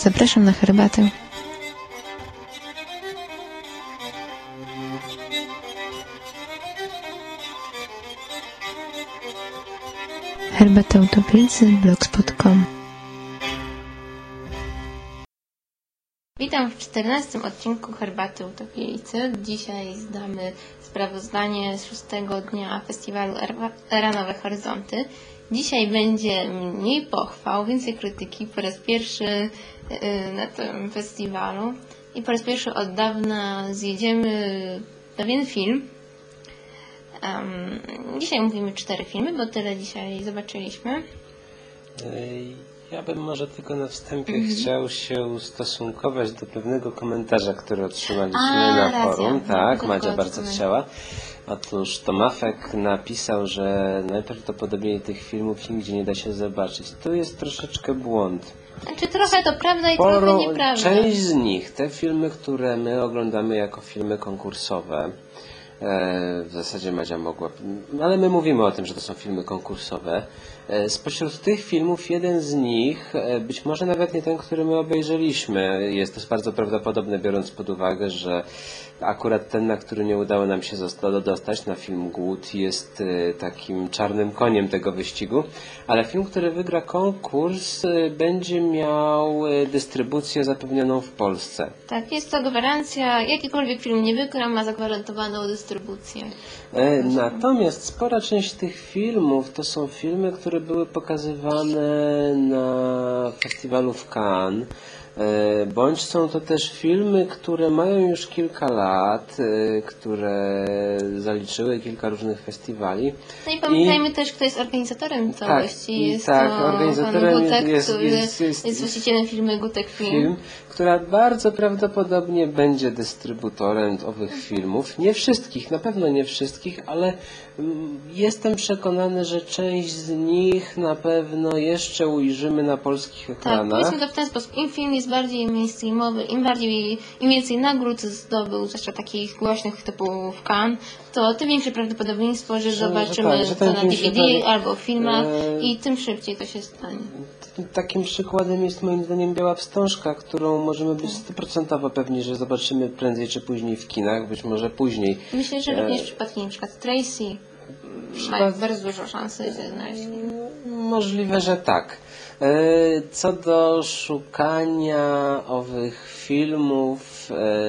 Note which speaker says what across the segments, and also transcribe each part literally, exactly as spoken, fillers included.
Speaker 1: Zapraszam na herbatę. Herbata Utopijcy, blogspot kropka com. Witam w czternastym odcinku Herbaty Utopijcy. Dzisiaj zdamy sprawozdanie z szóstego dnia festiwalu Era Nowe Horyzonty. Dzisiaj będzie mniej pochwał, więcej krytyki. Po raz pierwszy na tym festiwalu i po raz pierwszy od dawna zjedziemy pewien film. Um, dzisiaj mówimy cztery filmy, bo tyle dzisiaj zobaczyliśmy.
Speaker 2: Ja bym może tylko na wstępie mm. chciał się ustosunkować do pewnego komentarza, który otrzymaliśmy A, na racja. forum. Tak, Madzia bardzo chciała. Otóż Tomafek napisał, że najprawdopodobniej tych filmów nigdzie nie da się zobaczyć. Tu jest troszeczkę błąd.
Speaker 1: Znaczy trochę to prawda i
Speaker 2: Sporo,
Speaker 1: trochę nieprawda.
Speaker 2: Część z nich, te filmy, które my oglądamy jako filmy konkursowe, w zasadzie Madzia mogła, ale my mówimy o tym, że to są filmy konkursowe. Spośród tych filmów jeden z nich, być może nawet nie ten, który my obejrzeliśmy, jest to bardzo prawdopodobne, biorąc pod uwagę, że akurat ten, na który nie udało nam się dostać, na film Głód, jest takim czarnym koniem tego wyścigu, ale film, który wygra konkurs, będzie miał dystrybucję zapewnioną w Polsce.
Speaker 1: Tak, jest to gwarancja, jakikolwiek film nie wygra, ma zagwarantowaną dystrybucję.
Speaker 2: Natomiast spora część tych filmów to są filmy, które były pokazywane na festiwalu w Cannes, bądź są to też filmy, które mają już kilka lat, które zaliczyły kilka różnych festiwali.
Speaker 1: No i pamiętajmy I, też, kto jest organizatorem całości.
Speaker 2: Tak,
Speaker 1: jest
Speaker 2: tak,
Speaker 1: to
Speaker 2: organizatorem
Speaker 1: pan Gutek,
Speaker 2: jest,
Speaker 1: który
Speaker 2: jest, jest,
Speaker 1: jest właścicielem firmy Gutek Film.
Speaker 2: film, która bardzo prawdopodobnie będzie dystrybutorem owych filmów. Nie wszystkich, na pewno nie wszystkich, ale jestem przekonany, że część z nich na pewno jeszcze ujrzymy na polskich ekranach.
Speaker 1: Tak, powiedzmy to w ten sposób. Im film jest bardziej mainstreamowy, im bardziej, im więcej nagród zdobył, zwłaszcza takich głośnych typu w Cannes, to tym większe prawdopodobieństwo, że, że zobaczymy że tak, że to na D V D tak, albo w filmach e... i tym szybciej to się stanie.
Speaker 2: Takim przykładem jest moim zdaniem Biała Wstążka, którą możemy być stuprocentowo pewni, że zobaczymy prędzej czy później w kinach, być może później.
Speaker 1: Myślę, że również w przypadku na przykład Tracy mają bardzo dużo szansy się znaleźć.
Speaker 2: Możliwe, że tak. Co do szukania owych filmów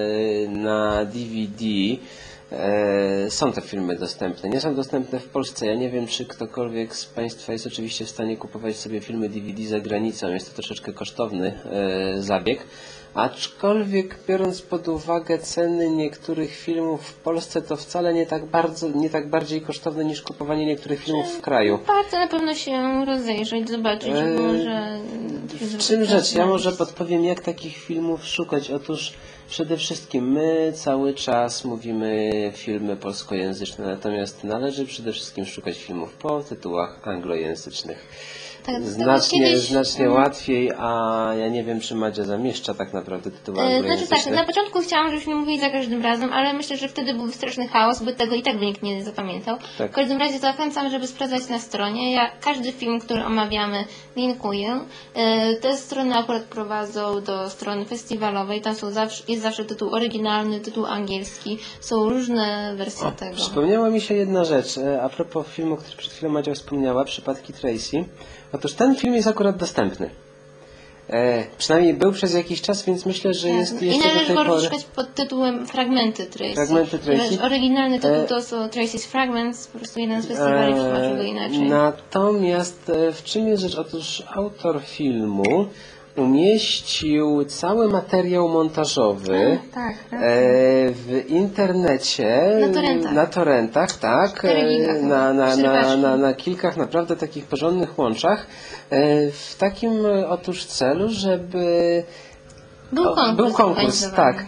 Speaker 2: na D V D, są te filmy dostępne. Nie są dostępne w Polsce. Ja nie wiem, czy ktokolwiek z Państwa jest oczywiście w stanie kupować sobie filmy D V D za granicą. Jest to troszeczkę kosztowny zabieg. Aczkolwiek biorąc pod uwagę ceny niektórych filmów w Polsce, to wcale nie tak bardzo, nie tak bardziej kosztowne niż kupowanie niektórych filmów w kraju.
Speaker 1: Warto na pewno się rozejrzeć, zobaczyć, eee, może...
Speaker 2: W czym rzecz? Ja może podpowiem, jak takich filmów szukać. Otóż przede wszystkim my cały czas mówimy filmy polskojęzyczne, natomiast należy przede wszystkim szukać filmów po tytułach anglojęzycznych. Tak, znacznie kiedyś... znacznie łatwiej, a ja nie wiem, czy Madzia zamieszcza tak naprawdę tytuły anglojęzyczne.
Speaker 1: Znaczy tak, na początku chciałam, żebyśmy mówili za każdym razem, ale myślę, że wtedy byłby straszny chaos, by tego i tak by nikt nie zapamiętał. Tak. W każdym razie zachęcam, żeby sprawdzać na stronie. Ja każdy film, który omawiamy, linkuję. Te strony akurat prowadzą do strony festiwalowej. Tam są zawsze, jest zawsze tytuł oryginalny, tytuł angielski. Są różne wersje o, tego.
Speaker 2: Przypomniała mi się jedna rzecz. A propos filmu, który przed chwilą Madzia wspomniała, Przypadki Tracy. Otóż ten film jest akurat dostępny. E, przynajmniej był przez jakiś czas, więc myślę, że tak. jest jeszcze do tej pory... I należy go szukać
Speaker 1: pod tytułem Fragmenty Tracy.
Speaker 2: Fragmenty Tracy.
Speaker 1: Oryginalny tytuł to są Tracy's Fragments, po prostu jeden z festiwali tłumaczył go inaczej.
Speaker 2: Natomiast w czym jest rzecz? Otóż autor filmu umieścił cały materiał montażowy
Speaker 1: A, tak, tak.
Speaker 2: w internecie,
Speaker 1: na torrentach,
Speaker 2: na, torrentach, tak, na, na, na, na, na kilkach naprawdę takich porządnych łączach, w takim otóż celu, żeby
Speaker 1: był konkurs,
Speaker 2: o, był konkurs tak.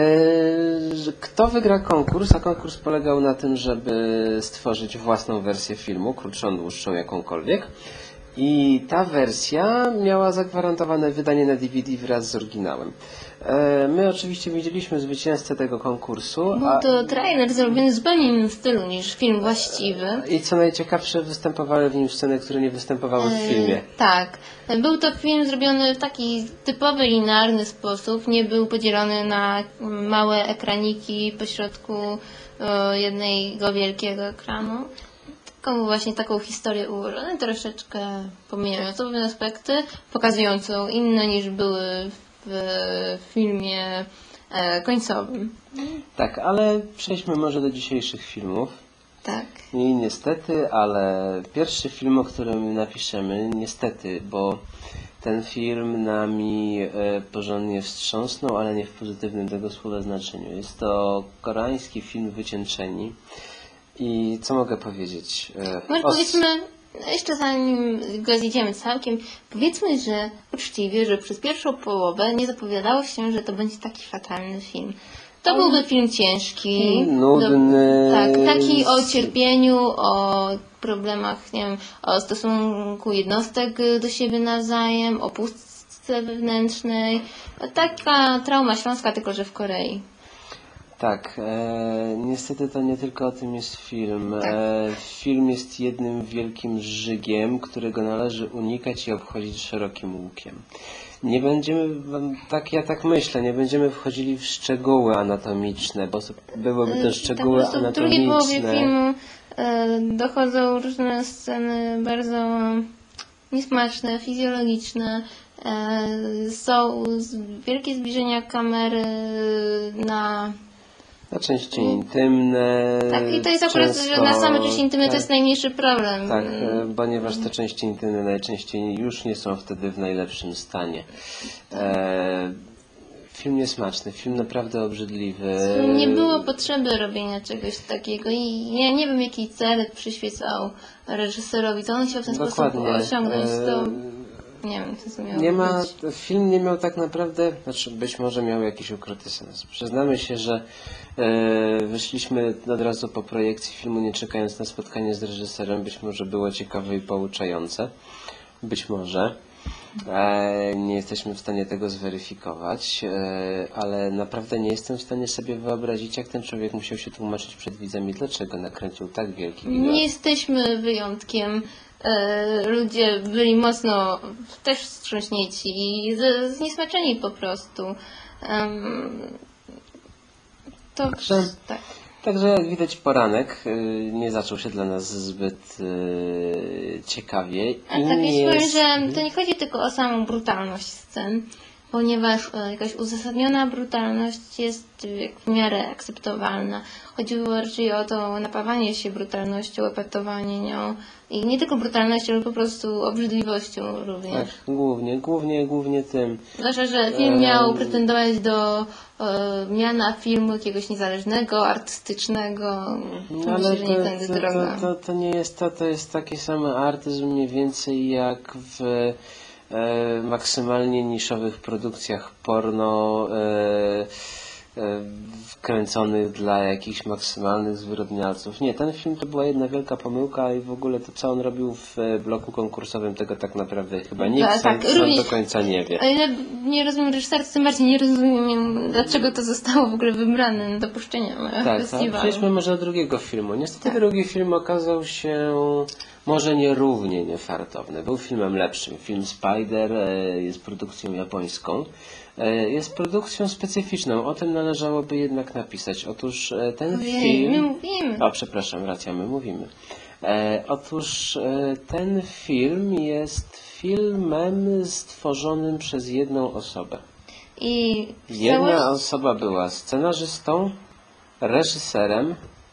Speaker 2: Kto wygra konkurs? A konkurs polegał na tym, żeby stworzyć własną wersję filmu, krótszą, dłuższą, jakąkolwiek. I ta wersja miała zagwarantowane wydanie na D V D wraz z oryginałem. E, My oczywiście widzieliśmy zwycięzcę tego konkursu.
Speaker 1: Był
Speaker 2: a-
Speaker 1: to trailer zrobiony w zupełnie innym stylu niż film właściwy.
Speaker 2: I co najciekawsze, występowały w nim sceny, które nie występowały w filmie.
Speaker 1: E, Tak. Był to film zrobiony w taki typowy, linearny sposób. Nie był podzielony na małe ekraniki pośrodku e, jednego wielkiego ekranu. Tylko właśnie taką historię ułożoną, troszeczkę pomijającą pewne aspekty, pokazującą inne niż były w filmie e, końcowym.
Speaker 2: Tak, ale przejdźmy może do dzisiejszych filmów.
Speaker 1: Tak.
Speaker 2: I niestety, ale pierwszy film, o którym napiszemy, niestety, bo ten film nami e, porządnie wstrząsnął, ale nie w pozytywnym tego słowa znaczeniu. Jest to koreański film Wycieńczeni. I co mogę powiedzieć? E,
Speaker 1: Może
Speaker 2: os-
Speaker 1: powiedzmy, jeszcze zanim go zjedziemy całkiem, powiedzmy, że uczciwie, że przez pierwszą połowę nie zapowiadało się, że to będzie taki fatalny film. To byłby film ciężki,
Speaker 2: Nudny.
Speaker 1: Do, tak, taki o cierpieniu, o problemach, nie wiem, o stosunku jednostek do siebie nawzajem, o pustce wewnętrznej. Taka trauma śląska, tylko że w Korei.
Speaker 2: Tak, e, niestety to nie tylko o tym jest film. E, film jest jednym wielkim żygiem, którego należy unikać i obchodzić szerokim łukiem. Nie będziemy, tak ja tak myślę, nie będziemy wchodzili w szczegóły anatomiczne, bo byłyby to szczegóły
Speaker 1: Tak, po prostu w drugiej połowie
Speaker 2: anatomiczne.
Speaker 1: filmu e, dochodzą różne sceny bardzo niesmaczne, fizjologiczne. E, są z, wielkie zbliżenia kamery na...
Speaker 2: Na części intymne.
Speaker 1: Tak, i to jest akurat,
Speaker 2: często,
Speaker 1: że na same części intymne
Speaker 2: tak,
Speaker 1: to jest najmniejszy problem.
Speaker 2: Tak, e, ponieważ te części intymne najczęściej już nie są wtedy w najlepszym stanie. E, film niesmaczny, film naprawdę obrzydliwy.
Speaker 1: Nie było potrzeby robienia czegoś takiego i ja nie wiem, jaki cel przyświecał reżyserowi, co on chciał w ten
Speaker 2: Dokładnie.
Speaker 1: sposób osiągnąć. To
Speaker 2: E,
Speaker 1: nie wiem, co to miało
Speaker 2: Nie ma,
Speaker 1: być.
Speaker 2: film nie miał tak naprawdę, znaczy być może miał jakiś ukryty sens. Przyznamy się, że e, wyszliśmy od razu po projekcji filmu, nie czekając na spotkanie z reżyserem. Być może było ciekawe i pouczające. Być może. E, nie jesteśmy w stanie tego zweryfikować, e, ale naprawdę nie jestem w stanie sobie wyobrazić, jak ten człowiek musiał się tłumaczyć przed widzami, dlaczego nakręcił tak wielki wideo.
Speaker 1: Nie jesteśmy wyjątkiem. E, ludzie byli mocno też wstrząśnięci i z- zniesmaczeni po prostu. Em, to
Speaker 2: Także-
Speaker 1: tak.
Speaker 2: Także jak widać, poranek y, nie zaczął się dla nas zbyt y, ciekawie.
Speaker 1: A
Speaker 2: I
Speaker 1: tak
Speaker 2: nie
Speaker 1: więc powiem,
Speaker 2: jest...
Speaker 1: że to nie chodzi tylko o samą brutalność scen, ponieważ e, jakaś uzasadniona brutalność jest e, jak w miarę akceptowalna. Chodziło raczej o to napawanie się brutalnością, epatowanie nią i nie tylko brutalnością, ale po prostu obrzydliwością również.
Speaker 2: Tak, głównie, głównie, głównie tym.
Speaker 1: Zwłaszcza, że film miał pretendować do e, miana filmu jakiegoś niezależnego, artystycznego.
Speaker 2: No, ale
Speaker 1: Myślę, że nie tędy
Speaker 2: to, to,
Speaker 1: droga.
Speaker 2: to, to, to nie jest to, to jest taki sam artyzm mniej więcej jak w e, maksymalnie niszowych produkcjach porno e, e, wkręconych dla jakichś maksymalnych zwyrodnialców. Nie, ten film to była jedna wielka pomyłka i w ogóle to, co on robił w e, bloku konkursowym, tego tak naprawdę chyba nikt
Speaker 1: Tak,
Speaker 2: sam,
Speaker 1: tak,
Speaker 2: sam
Speaker 1: również-
Speaker 2: do końca nie wie.
Speaker 1: O ile nie rozumiem reżyserów, tym bardziej nie rozumiem, dlaczego to zostało w ogóle wybrane na dopuszczenie na
Speaker 2: Tak, tak.
Speaker 1: festiwalu.
Speaker 2: Przejdźmy może do drugiego filmu. Niestety
Speaker 1: Tak.
Speaker 2: drugi film okazał się może nierównie niefartowny. Był filmem lepszym. Film Spider e, jest produkcją japońską. E, Jest produkcją specyficzną. O tym należałoby jednak napisać. Otóż e, ten
Speaker 1: Ojej,
Speaker 2: film...
Speaker 1: my mówimy.
Speaker 2: O, przepraszam, racja, my mówimy. E, otóż e, ten film jest filmem stworzonym przez jedną osobę.
Speaker 1: I
Speaker 2: Jedna
Speaker 1: całość-
Speaker 2: osoba była scenarzystą, reżyserem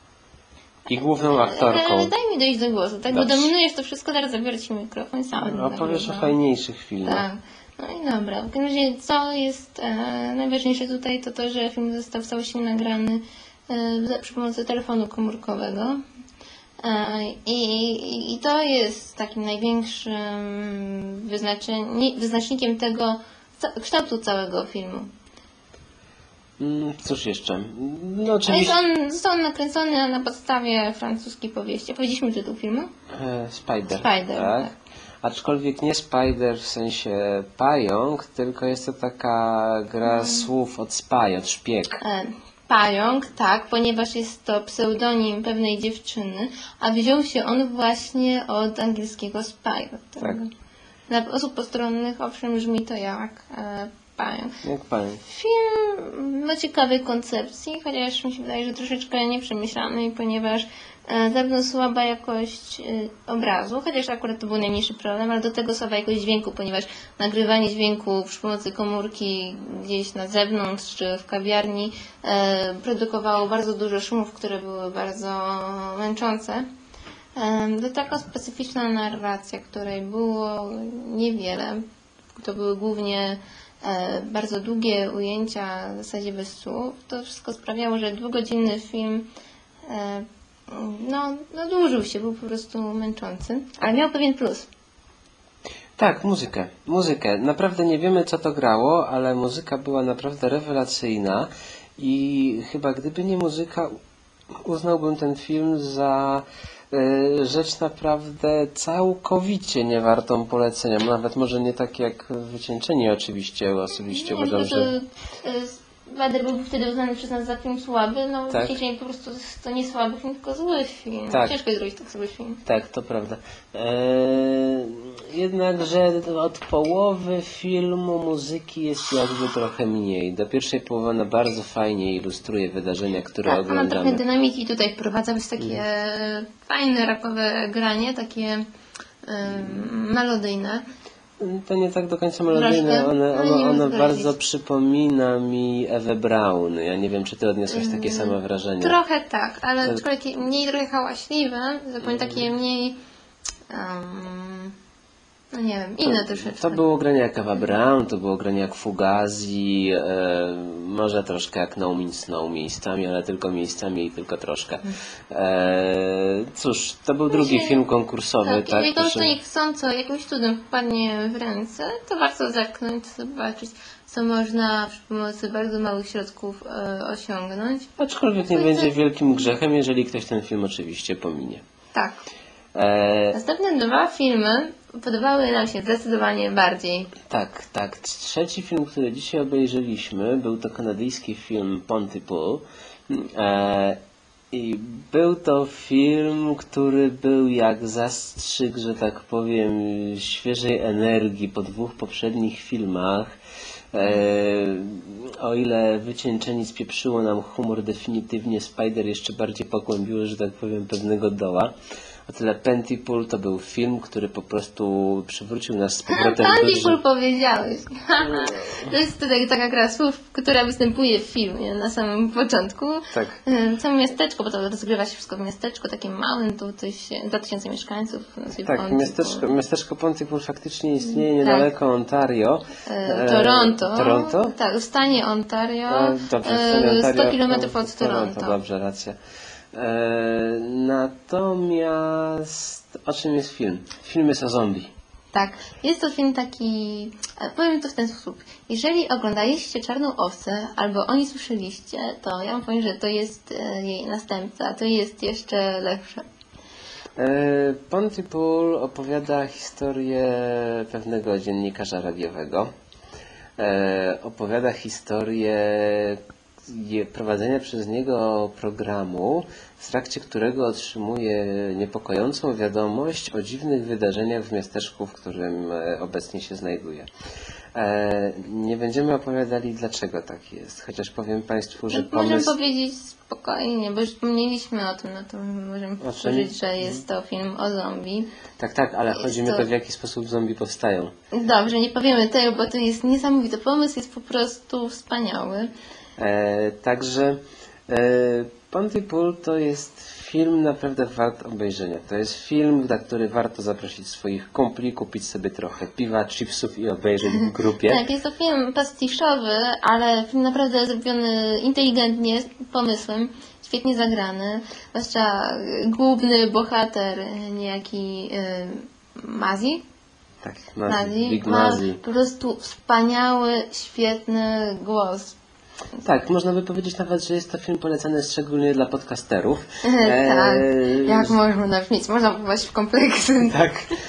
Speaker 2: i główną aktorką.
Speaker 1: Ale daj mi dojść do głosu, tak? Bo
Speaker 2: Dobrze.
Speaker 1: dominujesz to wszystko, teraz zabiorę ci mikrofon i sam będę
Speaker 2: Opowiesz o
Speaker 1: nagrywała.
Speaker 2: fajniejszych filmach.
Speaker 1: Tak. No i dobra. W każdym razie, co jest e, najważniejsze tutaj, to to, że film został w całości nagrany e, za- przy pomocy telefonu komórkowego. E, i, I to jest takim największym wyznaczeni, wyznacznikiem tego ca- kształtu całego filmu.
Speaker 2: Mm, Cóż jeszcze? No
Speaker 1: A
Speaker 2: oczywiście...
Speaker 1: jest on, został on nakręcony na podstawie francuskiej powieści. Powiedzieliśmy tytuł filmu?
Speaker 2: E, Spider.
Speaker 1: Spider,
Speaker 2: tak.
Speaker 1: tak.
Speaker 2: Aczkolwiek nie Spider w sensie pająk, tylko jest to taka gra
Speaker 1: Hmm.
Speaker 2: słów od spy, od szpieg.
Speaker 1: E, Pająk, tak, ponieważ jest to pseudonim pewnej dziewczyny, a wziął się on właśnie od angielskiego spy.
Speaker 2: Tak.
Speaker 1: Dla osób postronnych owszem brzmi to jak e, pająk.
Speaker 2: Jak pająk.
Speaker 1: Film ma ciekawej koncepcji, chociaż mi się wydaje, że troszeczkę nieprzemyślany, ponieważ e, zarówno słaba jakość e, obrazu, chociaż akurat to był najmniejszy problem, ale do tego słaba jakość dźwięku, ponieważ nagrywanie dźwięku przy pomocy komórki gdzieś na zewnątrz czy w kawiarni e, produkowało bardzo dużo szumów, które były bardzo męczące. E, do tego specyficzna narracja, której było niewiele. To były głównie e, bardzo długie ujęcia w zasadzie bez słów. To wszystko sprawiało, że dwugodzinny film e, no, no dłużył się, był po prostu męczący, ale miał pewien plus.
Speaker 2: Tak, muzykę. Muzykę. Naprawdę nie wiemy, co to grało, ale muzyka była naprawdę rewelacyjna i chyba gdyby nie muzyka, uznałbym ten film za y, rzecz naprawdę całkowicie niewartą polecenia. Nawet może nie tak jak Wycieńczeni oczywiście, osobiście
Speaker 1: Nie,
Speaker 2: uważam,
Speaker 1: po
Speaker 2: że...
Speaker 1: prostu, e, Spider był wtedy uznany przez nas za film słaby, no
Speaker 2: Tak.
Speaker 1: dzisiaj po prostu to nie słaby film, tylko zły film.
Speaker 2: Tak.
Speaker 1: Ciężko jest zrobić tak zły film.
Speaker 2: Tak, to prawda. Eee, jednakże od połowy filmu muzyki jest jakby trochę mniej. Do pierwszej połowy ona bardzo fajnie ilustruje wydarzenia, które
Speaker 1: Tak, ona trochę
Speaker 2: oglądamy.
Speaker 1: dynamiki tutaj wprowadza, jest takie e, fajne rapowe granie, takie e, melodyjne.
Speaker 2: To nie tak do końca melodyjne,
Speaker 1: Troszkę,
Speaker 2: one,
Speaker 1: ale
Speaker 2: ono,
Speaker 1: nie
Speaker 2: ono
Speaker 1: wiem
Speaker 2: bardzo
Speaker 1: zgodzić.
Speaker 2: przypomina mi Ewę Braun. Ja nie wiem, czy ty odniosłeś takie same wrażenie.
Speaker 1: Trochę tak, ale aczkolwiek mniej trochę hałaśliwe, zupełnie takie mniej, um, no nie wiem, inne troszeczkę.
Speaker 2: To było granie jak Ewa Braun, to było granie jak Fugazi, e, może troszkę jak No Means No miejscami, ale tylko miejscami i tylko troszkę. E, cóż, to był drugi
Speaker 1: się-
Speaker 2: film konkursowy,
Speaker 1: Tak,
Speaker 2: tak?
Speaker 1: jeżeli komuś
Speaker 2: proszę.
Speaker 1: to nie chcąco jakimś cudem wpadnie w ręce, to warto zerknąć, zobaczyć, co można przy pomocy bardzo małych środków e, osiągnąć.
Speaker 2: Aczkolwiek nie będzie wielkim grzechem, jeżeli ktoś ten film oczywiście pominie.
Speaker 1: Tak.
Speaker 2: E,
Speaker 1: Następne dwa filmy podobały nam się zdecydowanie bardziej.
Speaker 2: Tak, tak. Trzeci film, który dzisiaj obejrzeliśmy, był to kanadyjski film Pontypool. E, I był to film, który był jak zastrzyk, że tak powiem, świeżej energii po dwóch poprzednich filmach. E, o ile Wycieńczeni spieprzyło nam humor definitywnie, Spider jeszcze bardziej pogłębiło, że tak powiem, pewnego doła. O tyle Pontypool to był film, który po prostu przywrócił nas z powrotem do...
Speaker 1: Pontypool powiedziałeś. To jest tutaj taka gra słów, która występuje w filmie na samym początku.
Speaker 2: Tak.
Speaker 1: E, Całe miasteczko, bo to rozgrywa się wszystko w miasteczku takim małym, tu coś, dwa tysiące mieszkańców. nazywa
Speaker 2: Tak,
Speaker 1: Pontypool.
Speaker 2: miasteczko, miasteczko Pontypool faktycznie istnieje niedaleko Ontario.
Speaker 1: E, Toronto.
Speaker 2: Toronto?
Speaker 1: Tak, w stanie Ontario.
Speaker 2: A, dobrze, w stanie
Speaker 1: e,
Speaker 2: Ontario.
Speaker 1: sto kilometrów od Toronto.
Speaker 2: Dobrze, racja. E, natomiast o czym jest film? Film jest o zombie.
Speaker 1: Tak, jest to film taki, e, powiem to w ten sposób. Jeżeli oglądaliście Czarną Owcę albo o niej słyszeliście, to ja wam powiem, że to jest e, jej następca, to jest jeszcze lepsze.
Speaker 2: E, Pontypool opowiada historię pewnego dziennikarza radiowego. E, opowiada historię je- prowadzenia przez niego programu, w trakcie którego otrzymuje niepokojącą wiadomość o dziwnych wydarzeniach w miasteczku, w którym e, obecnie się znajduje. E, nie będziemy opowiadali, dlaczego tak jest, chociaż powiem Państwu, że
Speaker 1: Możemy
Speaker 2: pomysł...
Speaker 1: powiedzieć spokojnie, bo już wspomnieliśmy o tym, no to możemy powtórzyć, że jest to film o zombie.
Speaker 2: Tak, tak, ale chodzi mi o
Speaker 1: to-
Speaker 2: to, w jaki sposób zombie powstają.
Speaker 1: Dobrze, nie powiemy tego, bo to jest niesamowity pomysł, jest po prostu wspaniały.
Speaker 2: E, także e, Pontypool to jest film naprawdę wart obejrzenia. To jest film, na który warto zaprosić swoich kumpli, kupić sobie trochę piwa, chipsów i obejrzeć w grupie.
Speaker 1: Tak, jest to film pastiszowy, ale film naprawdę zrobiony inteligentnie, z pomysłem, świetnie zagrany. Zwłaszcza y, główny bohater, y, niejaki y, Mazi,
Speaker 2: Tak, Mazi,
Speaker 1: Mazi
Speaker 2: Big
Speaker 1: ma
Speaker 2: Mazi.
Speaker 1: po prostu wspaniały, świetny głos.
Speaker 2: Tak, można by powiedzieć nawet, że jest to film polecany szczególnie dla podcasterów.
Speaker 1: E, tak,
Speaker 2: e,
Speaker 1: jak można brzmieć, można popaść w kompleksy.
Speaker 2: Tak.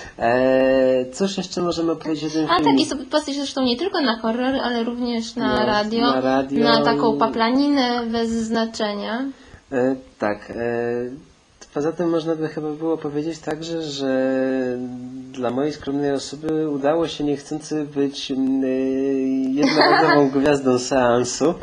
Speaker 2: E, cóż jeszcze możemy powiedzieć o tym
Speaker 1: A
Speaker 2: filmie?
Speaker 1: tak, jest to podpaść zresztą nie tylko na horror, ale również na,
Speaker 2: Na-
Speaker 1: radio,
Speaker 2: na radio
Speaker 1: na taką
Speaker 2: i-
Speaker 1: paplaninę bez znaczenia.
Speaker 2: E, tak. E, poza tym można by chyba było powiedzieć także, że dla mojej skromnej osoby udało się niechcący być e, jednorazową gwiazdą seansu.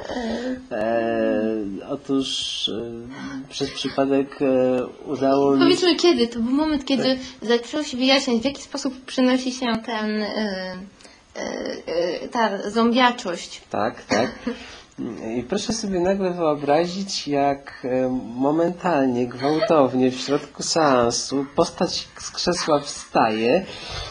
Speaker 2: E, otóż e, przez przypadek e, udało mi się...
Speaker 1: Powiedzmy kiedy, to był moment, kiedy zaczęło się wyjaśniać, w jaki sposób przynosi się ten, y, y, y, ta zombiaczość.
Speaker 2: Tak, tak. I proszę sobie nagle wyobrazić, jak e, momentalnie, gwałtownie w środku seansu postać z krzesła wstaje,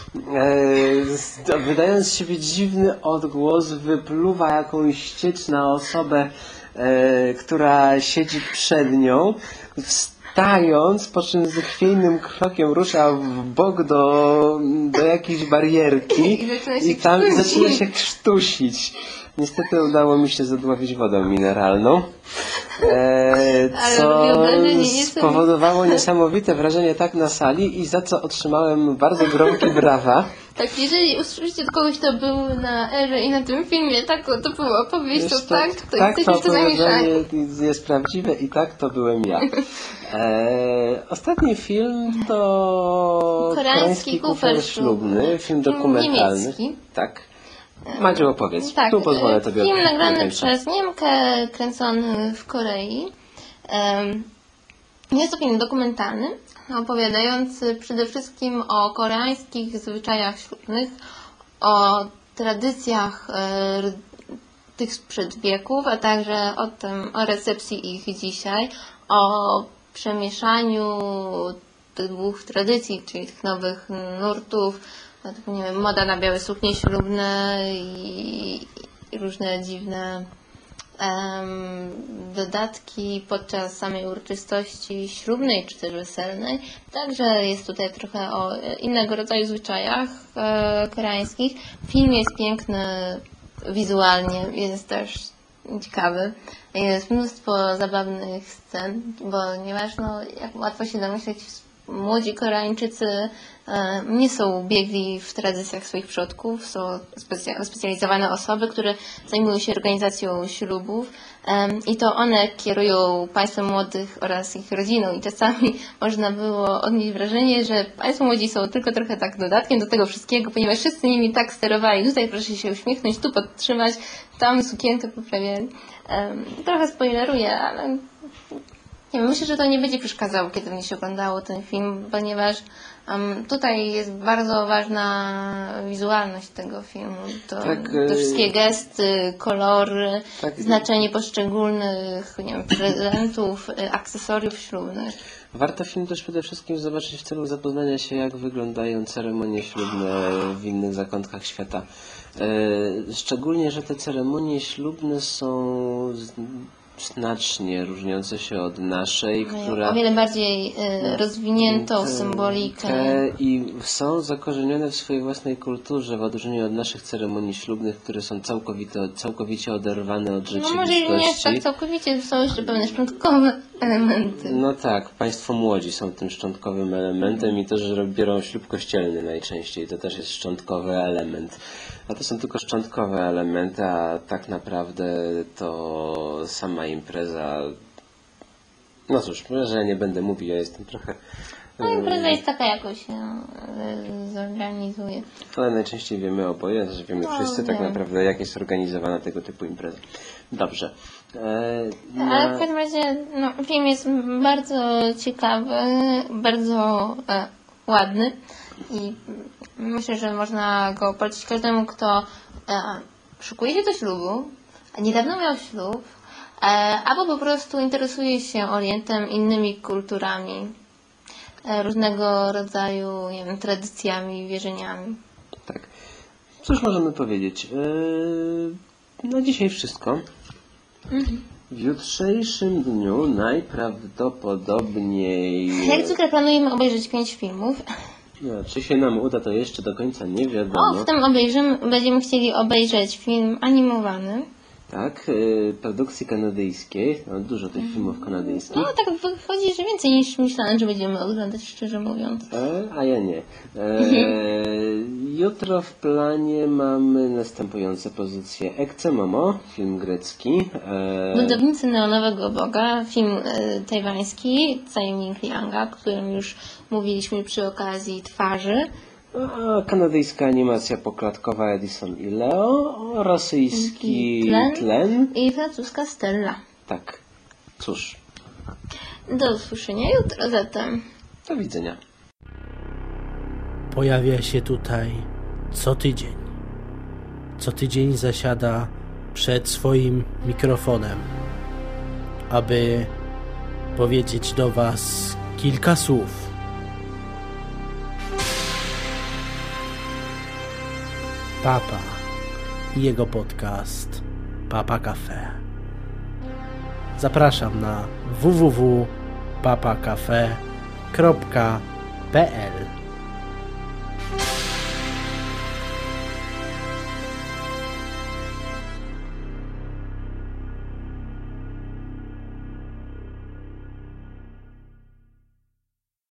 Speaker 2: e, z- wydając z siebie dziwny odgłos, wypluwa jakąś ciecz na osobę, e, która siedzi przed nią, wstając, po czym z chwiejnym krokiem rusza w bok do, do jakiejś barierki
Speaker 1: I zaczyna się
Speaker 2: i tam
Speaker 1: krztusić.
Speaker 2: zaczyna się krztusić. Niestety udało mi się zadławić wodą mineralną, e,
Speaker 1: Ale
Speaker 2: co
Speaker 1: robiło wrażenie niesamowite.
Speaker 2: spowodowało niesamowite wrażenie tak na sali i za co otrzymałem bardzo gromkie brawa.
Speaker 1: Tak, jeżeli usłyszycie od kogoś, kto był na Erze i na tym filmie, tak, to była opowieść, to
Speaker 2: Wiesz,
Speaker 1: tak, to
Speaker 2: tak
Speaker 1: jesteśmy
Speaker 2: to
Speaker 1: w to zamieszani.
Speaker 2: opowiadanie jest prawdziwe i tak to byłem ja. E, ostatni film to
Speaker 1: Koreański kufer
Speaker 2: ślubny, film
Speaker 1: Film
Speaker 2: dokumentalny.
Speaker 1: niemiecki.
Speaker 2: Tak. Madziu, opowiedz.
Speaker 1: Tak,
Speaker 2: Tu pozwolę
Speaker 1: e,
Speaker 2: tobie
Speaker 1: film
Speaker 2: od-
Speaker 1: nagrany
Speaker 2: do końca.
Speaker 1: przez Niemkę, kręcony w Korei. Em, Jest to film dokumentalny, opowiadający przede wszystkim o koreańskich zwyczajach ślubnych, o tradycjach e, r- tych sprzed wieków, a także o tym, o recepcji ich dzisiaj, o przemieszaniu tych dwóch tradycji, czyli tych nowych nurtów, no, typu, nie wiem, moda na białe suknie ślubne i, i różne dziwne em, dodatki podczas samej uroczystości ślubnej czy też weselnej. Także jest tutaj trochę o innego rodzaju zwyczajach e, koreańskich. Film jest piękny wizualnie, jest też ciekawy. Jest mnóstwo zabawnych scen, ponieważ no, jak łatwo się domyśleć, młodzi Koreańczycy e, nie są biegli w tradycjach swoich przodków, są specja- specjalizowane osoby, które zajmują się organizacją ślubów em, i to one kierują państwem młodych oraz ich rodziną i czasami można było odnieść wrażenie, że państwo młodzi są tylko trochę tak dodatkiem do tego wszystkiego, ponieważ wszyscy nimi tak sterowali. Tutaj proszę się uśmiechnąć, tu podtrzymać, tam sukienkę poprawiali. Em, trochę spoileruję, ale nie wiem, myślę, że to nie będzie przeszkadzało, kiedy będzie się oglądało ten film, ponieważ um, tutaj jest bardzo ważna wizualność tego filmu. To,
Speaker 2: Tak,
Speaker 1: te
Speaker 2: e,
Speaker 1: wszystkie gesty, kolory,
Speaker 2: Tak.
Speaker 1: znaczenie poszczególnych, nie wiem, prezentów, e, akcesoriów ślubnych.
Speaker 2: Warto film też przede wszystkim zobaczyć w celu zapoznania się, jak wyglądają ceremonie ślubne w innych zakątkach świata. E, Szczególnie, że te ceremonie ślubne są z- znacznie różniące się od naszej,
Speaker 1: Mają
Speaker 2: która
Speaker 1: o wiele bardziej e, rozwiniętą symbolikę.
Speaker 2: te- i są zakorzenione w swojej własnej kulturze, w odróżnieniu od naszych ceremonii ślubnych, które są całkowite, całkowicie oderwane od
Speaker 1: No może nie jest
Speaker 2: rzeczywistości.
Speaker 1: tak całkowicie, są jeszcze pewne szczątkowe elementy.
Speaker 2: No tak, państwo młodzi są tym szczątkowym elementem i to, że biorą ślub kościelny najczęściej, to też jest szczątkowy element. A to są tylko szczątkowe elementy, a tak naprawdę to sama impreza... No cóż, może ja nie będę mówił, ja jestem trochę...
Speaker 1: No impreza jest taka, jakoś się e, zorganizuje.
Speaker 2: Ale najczęściej wiemy oboje, że wiemy
Speaker 1: No,
Speaker 2: wszyscy tak
Speaker 1: wiem.
Speaker 2: naprawdę, jak jest organizowana tego typu impreza. Dobrze. E,
Speaker 1: Ale
Speaker 2: na-
Speaker 1: w każdym razie no, film jest bardzo ciekawy, bardzo e, ładny i myślę, że można go polecić każdemu, kto e, szykuje się do ślubu, a niedawno miał ślub, e, albo po prostu interesuje się Orientem, innymi kulturami, e, różnego rodzaju, nie wiem, tradycjami, wierzeniami.
Speaker 2: Tak. Cóż możemy powiedzieć? E, na dzisiaj wszystko. W jutrzejszym dniu najprawdopodobniej...
Speaker 1: Jak zwykle planujemy obejrzeć pięć filmów.
Speaker 2: No, czy się nam uda, to jeszcze do końca nie
Speaker 1: O,
Speaker 2: wiadomo.
Speaker 1: w tym obejrzymy, będziemy chcieli obejrzeć film animowany.
Speaker 2: Tak, yy, produkcji kanadyjskiej. No, dużo tych filmów kanadyjskich.
Speaker 1: No tak wychodzi, że więcej niż myślałem, że będziemy oglądać, szczerze mówiąc.
Speaker 2: E, a ja nie. E, jutro w planie mamy następujące pozycje. Ecce Momo, film grecki. E,
Speaker 1: Budownicy Neonowego Boga, film e, tajwański, Tajemnik Lianga, o którym już mówiliśmy przy okazji Twarzy.
Speaker 2: a kanadyjska animacja poklatkowa Edison i Leo, rosyjski
Speaker 1: Tlen.
Speaker 2: Tlen.
Speaker 1: I francuska Stella.
Speaker 2: Tak. Cóż,
Speaker 1: Do usłyszenia jutro zatem.
Speaker 2: do widzenia.
Speaker 3: Pojawia się tutaj co tydzień. Co tydzień zasiada przed swoim mikrofonem, aby powiedzieć do Was kilka słów. Papa i jego podcast Papa Cafe. Zapraszam na w w w kropka papa cafe kropka p l.